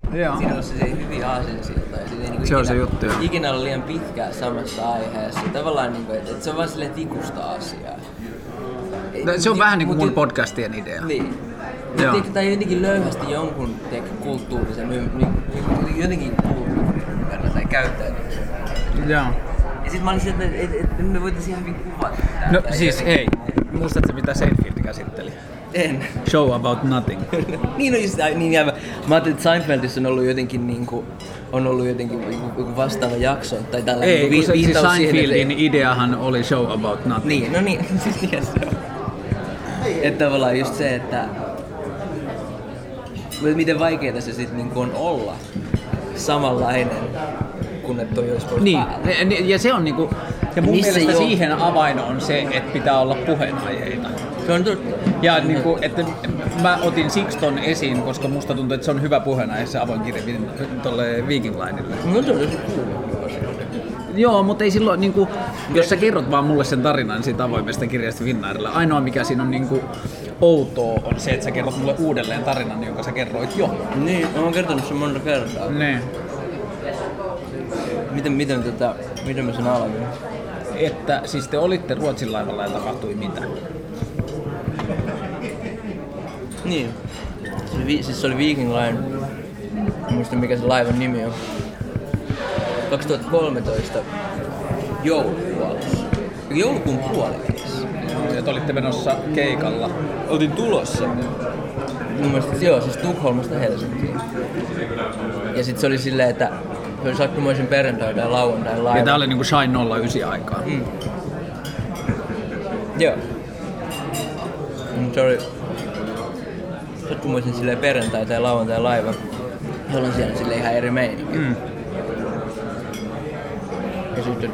Joo. Siinä on se hyviä aasinsilta. Se on se juttu, joo. Ikinä olla liian pitkään samassa aiheessa. Tavallaan, että se on vaan silleen tikusta asiaa. Se on vähän niin kuin mun podcastien idea. Niin. Tai jotenkin löyhästi jonkun kulttuurisen, jotenkin kulttuurin tai käyttäytymisen. Joo. Ja sit mä olin sieltä, että me voitais ihan hyvin kuvata. No siis hei, muistatko mitä Seinfeld käsitteli? En. Show about nothing. Niin on just, niin jäävä. Mä ajattelin, että Seinfeldissä on ollut jotenkin niinku, joku vastaava jakso tai tällainen. Ei, kun siis Seinfeldin ideahan oli show about nothing. Niin, no niin, siis niin se on. Että tavallaan just se, että miten vaikeeta se sit niinku on olla samanlainen, kun et toi olisi pois niin, päällä. Ja se on niinku, ja mun Missä mielestä jo siihen avain on se, että pitää olla puheenaiheita. Se on totta. Ja niinku, että mä otin siksi ton esiin, koska musta tuntuu, että se on hyvä puheenaihe se avoin kirja tolle Viking Linelle. No se on tosi kuulunut. Joo, mutta ei silloin, niinku, jos sä kerrot vaan mulle sen tarinan siitä avoimesta kirjasta Finnairilla, ainoa mikä siinä on niinku outoa on se, että sä kerrot mulle uudelleen tarinan, jonka sä kerroit jo. Niin, mä oon kertonut sen monta kertaa. Ne. Miten mä sen aloitin? Että siis te olitte Ruotsin laivalla ja tapahtui mitä? Niin. Siis se oli Viking Line. Mä muistan mikä se laivan nimi on. 2013 joulukuun puolivälissä. Ja te olitte menossa keikalla. Oltiin tulossa. Mun mielestä joo, siis Tukholmasta Helsinkiin. Ja sit se oli silleen, että se oli sattumoisin perjantai tai lauantai laiva. Ja tää oli niinku Shine 09 aikaa. Joo. Se oli sattumoisin silleen perjantai tai lauantai laiva. Jolloin siellä silleen ihan eri meininki. Ja sitten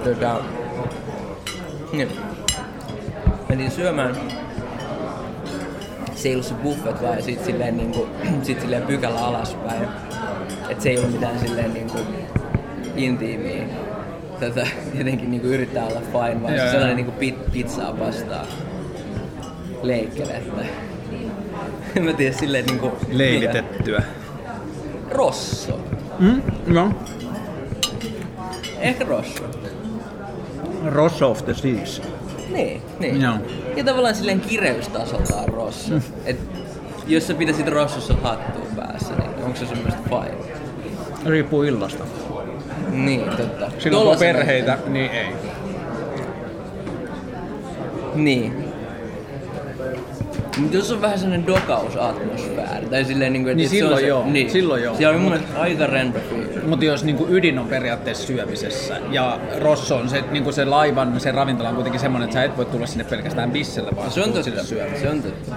niin. Menin syömään. Se ei ollut se buffet vaan sit silleen pykälä alaspäin. Et se ei ollut mitään silleen niinku intiimiä. Tätä jotenkin niinku yrittää olla fine vaan se sellainen niinku pizzaa vastaan leikkelettä. En mä tiedä silleen niinku Leilitettyä. Rosso. No. Ehkä Rosso. Rosso of the Seas. Niin. Joo. Ja tavallaan silleen kireystasoltaan Rosso. Et jos sä pitäisit Rossossa hattuun päässä, niin onko se semmoista fine? Riippuu illasta. Niin, totta. Silloin kun on perheitä, niin ei. Niin. Mutta jos on vähän sellainen dokausatmosfääri, tai silleen niinku, että niin silloin se, joo. Niin. Silloin joo. Siellä on mun mielestä aika rento fiilis. Mutta jos niinku ydin on periaatteessa syömisessä, ja Rosso on se, niinku se laivan, se ravintola on kuitenkin semmoinen, että sä et voi tulla sinne pelkästään bisselle, vaan se on totta. sille syömään. Se on totta.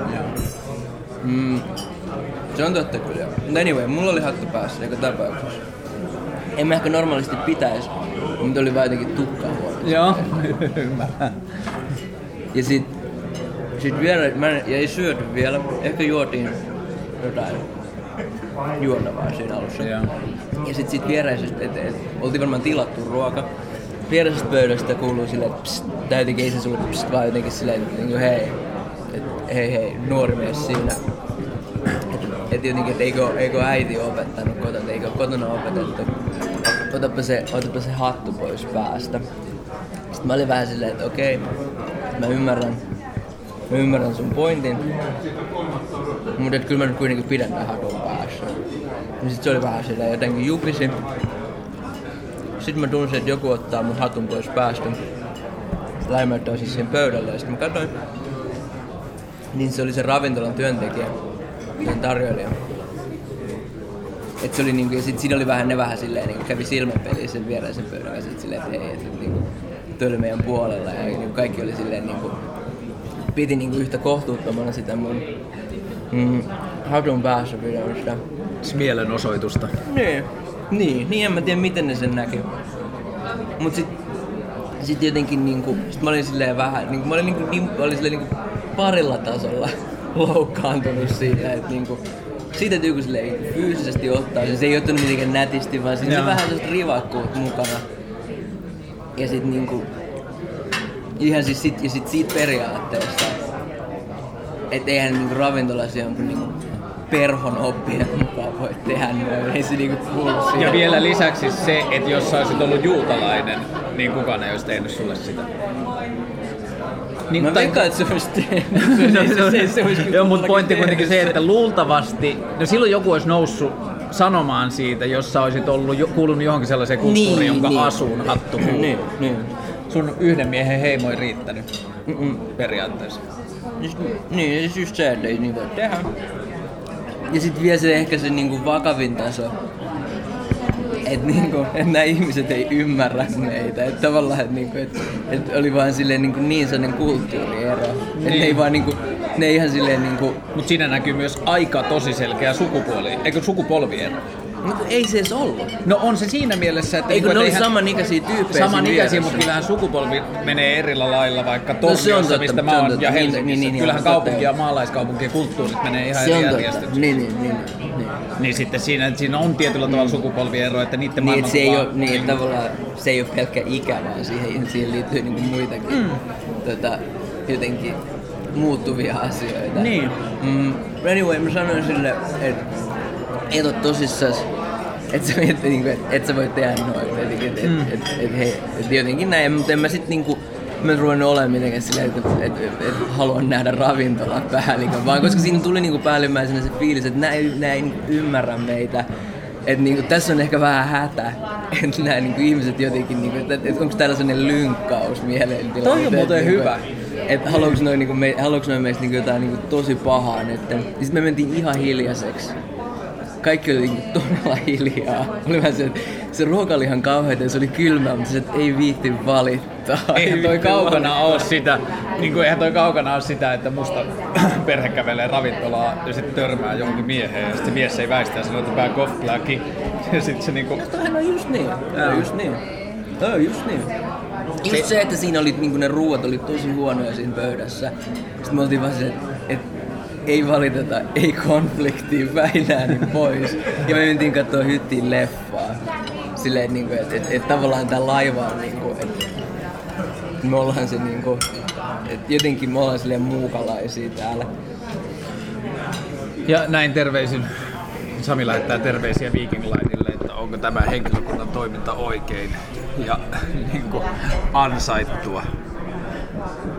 Se on totta kyllä. Mutta anyway, mulla oli hattu päässä joka tapauksessa. En mä ehkä normaalisti pitäisi, mutta oli vaan jotenkin tukkaa huomioon. Joo, ymmärrän. Ja sit vielä, ei syöty vielä, ehkä juotiin jotain juotavaa siinä alussa. Joo. Ja sit viereisestä, oltiin varmaan tilattu ruoka. Viereisestä pöydästä kuuluu silleen, että pst, tai jotenkin ei se sulle pst, vaan jotenkin silleen, että niin hei, nuori mies siinä. Että jotenkin, että eikö äiti opettanut kotona, eikö kotona opetettu. Otapa se hattu pois päästä. Sitten mä olin vähän silleen, että okei, mä ymmärrän sun pointin, mutta kyllä mä nyt kuitenkin pidän tämän hatun päässä. Ja sit se oli vähän silleen jotenkin jupisi. Sitten mä tunsin, että joku ottaa mun hatun pois päästä. Läimäyttää siis siihen pöydälle ja sit mä katsoin. Niin se oli se ravintolan työntekijä, sen tarjoilija. Et se oli niinku, ja sit siinä oli ne vähän silleen niinku kävi silmäpeliä sen viereisen pöydän ja sit silleen, että hei, et niinku toi oli meidän puolella ja niinku kaikki oli silleen niinku piti niinku yhtä kohtuuttomana sitä mun hatun päässä pidämistä. Mielenosoitusta. Niin, en mä tiedä miten ne sen näki. Mut sit jotenkin niinku, sit mä olin silleen vähän, niinku mä olin silleen niinku parilla tasolla loukkaantunut siitä, että niinku siitä, että joku silleen fyysisesti ottaa, se ei ottanut mitenkään nätisti, vaan siinä oli vähän sellaista rivakkuut mukana. Ja sit niinku ihan siis siitä periaatteesta, et eihän niinku ravintolassa jonkun niinku perhon oppien mukaan voi tehdä noin. Ei se niinku kuulu siihen. Ja vielä lisäksi se, että jos sä olisit ollut juutalainen, niin kukaan ei olisi tehnyt sulle sitä. Niin, mä veikkaan, että se olisi tehnyt. Joo, mutta pointti kuitenkin se, että luultavasti, no silloin joku olisi noussut sanomaan siitä, jos sä olisit kuulunut johonkin sellaiseen kulttuuriin, jonka asuun hattu kuuluu. Niin. Sun yhden miehen heimo ei riittänyt periaatteessa. Niin, siis just se, että ei niin voi tehdä. Ja sit vielä se ehkä se niinku vakavin taso, että niinku, et nämä ihmiset ei ymmärrä meitä. Että tavallaan, että niinku, et oli vaan silleen niin sellainen kulttuuriero. Niin. Että ne ei vaan niinku, ne ihan silleen niinku... Mut siinä näkyy myös aika tosi selkeä sukupolviero. No ei se edes ollut. No on se siinä mielessä, että... Eikö ne oli samanikäisiä tyyppejä? Samanikäisiä, mutta kyllähän sukupolvi menee eri lailla, vaikka Torniossa, mistä mä oon, ja Helsingissä. Kyllähän kaupunki ja maalaiskaupunkien kulttuurit menee ihan eri järjestyksessä. Niin sitten siinä on tietyllä tavalla sukupolviero, että niiden maailmankuva... Niin, tavallaan se ei ole pelkkä ikä, vaan siihen liittyy niinku muitakin jotenkin muuttuvia asioita. Niin. Anyway, mä sanoin sille, että et oo tosissas, että sä mietit niinku, että sä voit tehdä noin. Et jotenkin näin, mutta en mä sit niinku... Mä en ruvennut olemaan mitenkään silleen, että haluan nähdä ravintolapäällikön, vaan koska siinä tuli niinku päällimmäisenä se fiilis, että nää ei niinku ymmärrä meitä. Että niinku, tässä on ehkä vähän hätä, että nämä niinku ihmiset jotenkin, niinku, että onko täällä sellainen lynkkaus mielentila. Toi on muuten hyvä. Että haluuks noin meistä niinku jotain niinku tosi pahaa nyt. Ja sit me mentiin ihan hiljaiseksi. Kaikki oli niinku todella hiljaa. Oli vähän se ruoka oli ihan kauheita ja se oli kylmää, mutta se ei viihti valittaa. Eihän toi kaukana ole sitä, että musta perhe kävelee ravintolaan ja sitten törmää johonkin mieheen ja sitten mies ei väistä ja sanoo, että back off blackie. Ja sit se niinku... Toihan on just niin. Just se, että siinä oli niinku ne ruuat oli tosi huonoja siinä pöydässä. Sitten me oltiin vaan se, että ei valiteta, ei konfliktiin, väinää niin pois. Ja me mentiin kattoo hyttiin leffaa. Silleen niinku, että tavallaan tää laiva on niinku, että me ollaan se niinku, että jotenkin me ollaan silleen muukalaisia täällä. Ja näin terveisin. Sami lähettää terveisiä Viking Linelle, että onko tämä henkilökunnan toiminta oikein ja niinku ansaittua.